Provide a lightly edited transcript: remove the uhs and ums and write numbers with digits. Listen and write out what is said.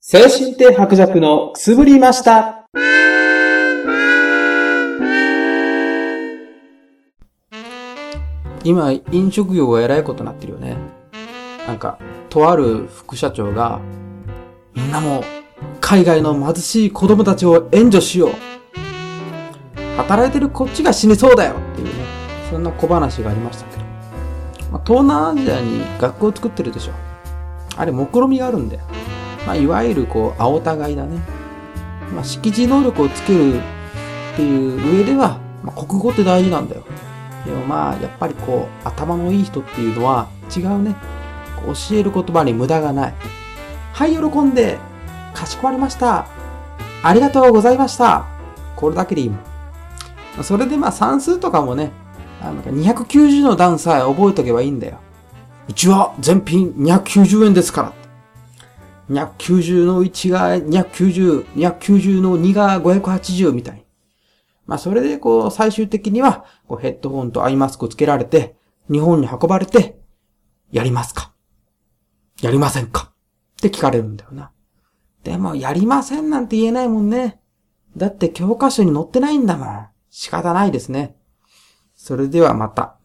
精神的薄弱のくすぶりました。 今、飲食業が偉いことになってるよね。なんか、とある副社長が、みんなも海外の貧しい子供たちを援助しよう。働いてるこっちが死にそうだよっていうね、そんな小話がありましたけど。東南アジアに学校を作ってるでしょ。あれ、目論みがあるんだよ。いわゆる青互いだね。識字能力をつけるっていう上では、国語って大事なんだよ。でもやっぱり頭のいい人っていうのは違うね。教える言葉に無駄がない。はい、喜んで、かしこまりました。ありがとうございました。これだけでいいもん。それで算数とかもね、290の段さえ覚えとけばいいんだよ。うちは全品290円ですから。290の1が290、290の2が580みたい。それで最終的には、ヘッドホンとアイマスクをつけられて、日本に運ばれて、やりますか？やりませんか？って聞かれるんだよな。でも、やりませんなんて言えないもんね。だって教科書に載ってないんだもん。仕方ないですね。それではまた。